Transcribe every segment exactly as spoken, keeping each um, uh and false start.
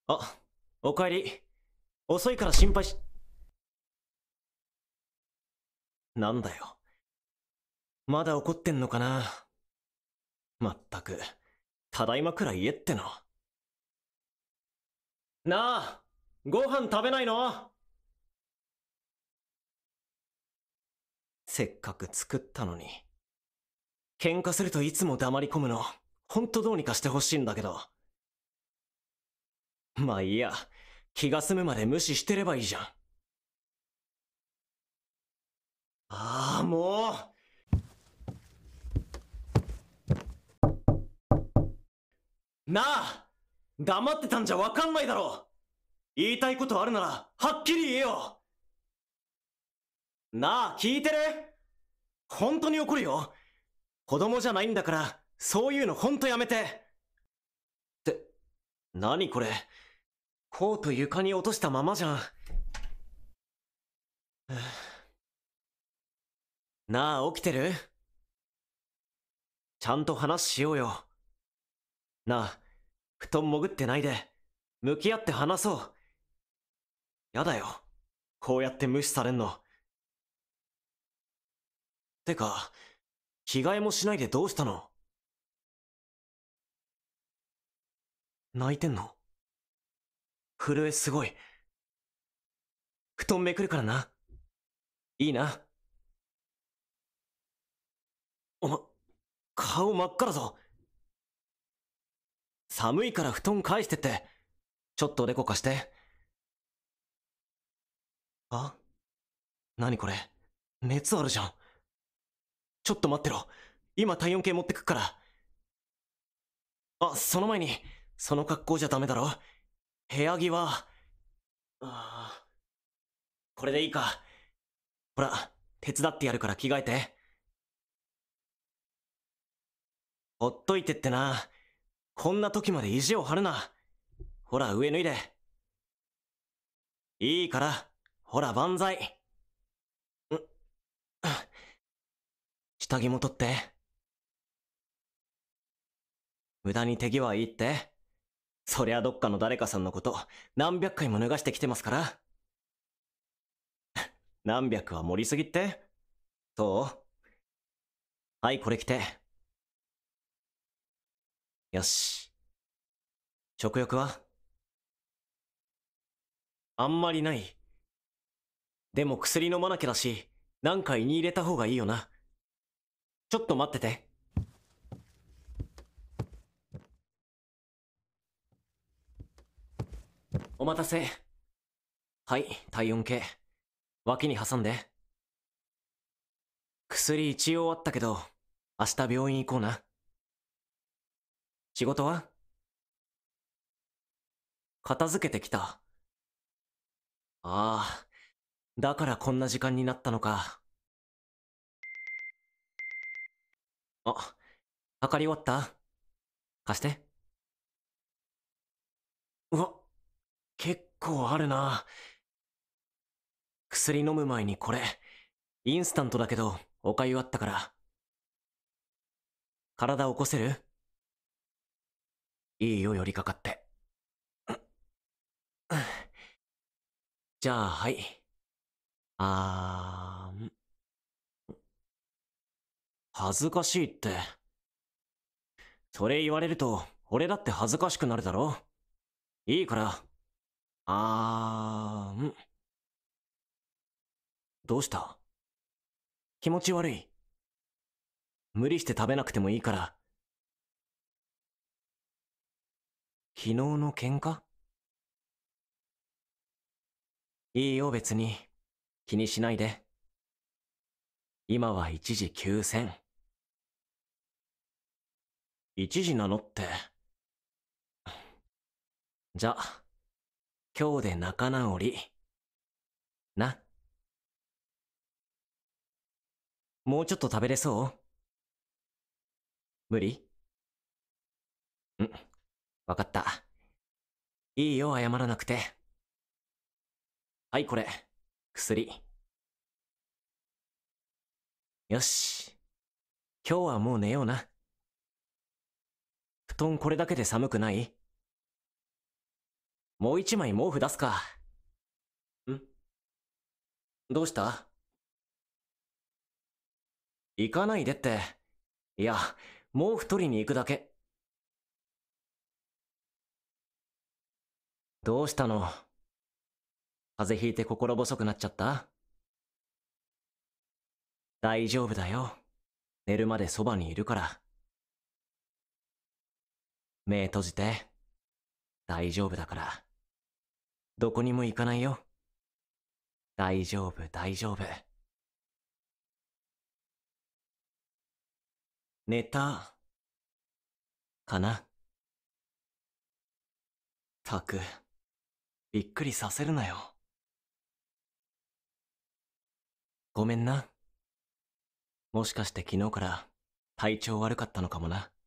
あ、おかえり。遅いから心配し、なんだよ。まだ怒ってんのかな。まったく、ただいまくらい言えっての。なあ、ご飯食べないの？せっかく作ったのに。喧嘩するといつも黙り込むの、ほんとどうにかしてほしいんだけど。まあいいや、気が済むまで無視してればいいじゃん。ああ、もうなあ、黙ってたんじゃわかんないだろ。言いたいことあるなら、はっきり言えよ。なあ、聞いてる？本当に怒るよ。子供じゃないんだから、そういうのほんとやめて。って、何これ。コート床に落としたままじゃん。なあ、起きてる？ちゃんと話しようよ。なあ、布団潜ってないで、向き合って話そう。やだよ。こうやって無視されんの。てか、着替えもしないでどうしたの？泣いてんの？震えすごい。布団めくるからな。いいな。おま、顔真っ赤だぞ。寒いから布団返してって。ちょっとおでこ貸して。あ？何これ？熱あるじゃん。ちょっと待ってろ。今体温計持ってくっから。あ、その前に、その格好じゃダメだろ。部屋着は、あー、これでいいか。ほら、手伝ってやるから着替えて。ほっといてってな。こんな時まで意地を張るな。ほら、上脱いで。いいから。ほら、万歳。ん、下着も取って。無駄に手際いいって。そりゃどっかの誰かさんのこと、何百回も脱がしてきてますから。何百は盛りすぎって？そう？はい、これ着て。よし。食欲は？あんまりない。でも薬飲まなきゃだし、なんか胃に入れた方がいいよな。ちょっと待ってて。お待たせ。はい、体温計。脇に挟んで。薬一応あったけど、明日病院行こうな。仕事は？片付けてきた。ああ、だからこんな時間になったのか。あ、測り終わった？貸して。うわ、結構あるな。薬飲む前にこれ、インスタントだけど、お粥あったから。体起こせる？いいよ、寄りかかって。じゃあ、はい。あーん。恥ずかしいって。それ言われると、俺だって恥ずかしくなるだろ？いいから。あーん。どうした？気持ち悪い？無理して食べなくてもいいから。昨日の喧嘩？いいよ、別に。気にしないで。今は一時休戦。一時なのって。じゃ、今日で仲直り。な。もうちょっと食べれそう？無理？ん、わかった。いいよ、謝らなくて。はい、これ。薬。よし。今日はもう寝ような。布団これだけで寒くない？ もう一枚毛布出すか。ん？どうした？行かないでって。いや、毛布取りに行くだけ。どうしたの？風邪ひいて心細くなっちゃった？大丈夫だよ。寝るまでそばにいるから。目閉じて。大丈夫だから。どこにも行かないよ。大丈夫、大丈夫。寝た、かな。たく、びっくりさせるなよ。ごめんな。もしかして昨日から体調悪かったのかもな。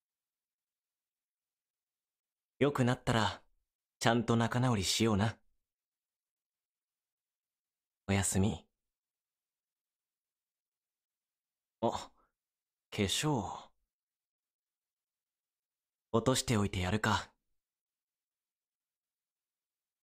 良くなったら、ちゃんと仲直りしような。おやすみ。あ、化粧。落としておいてやるか。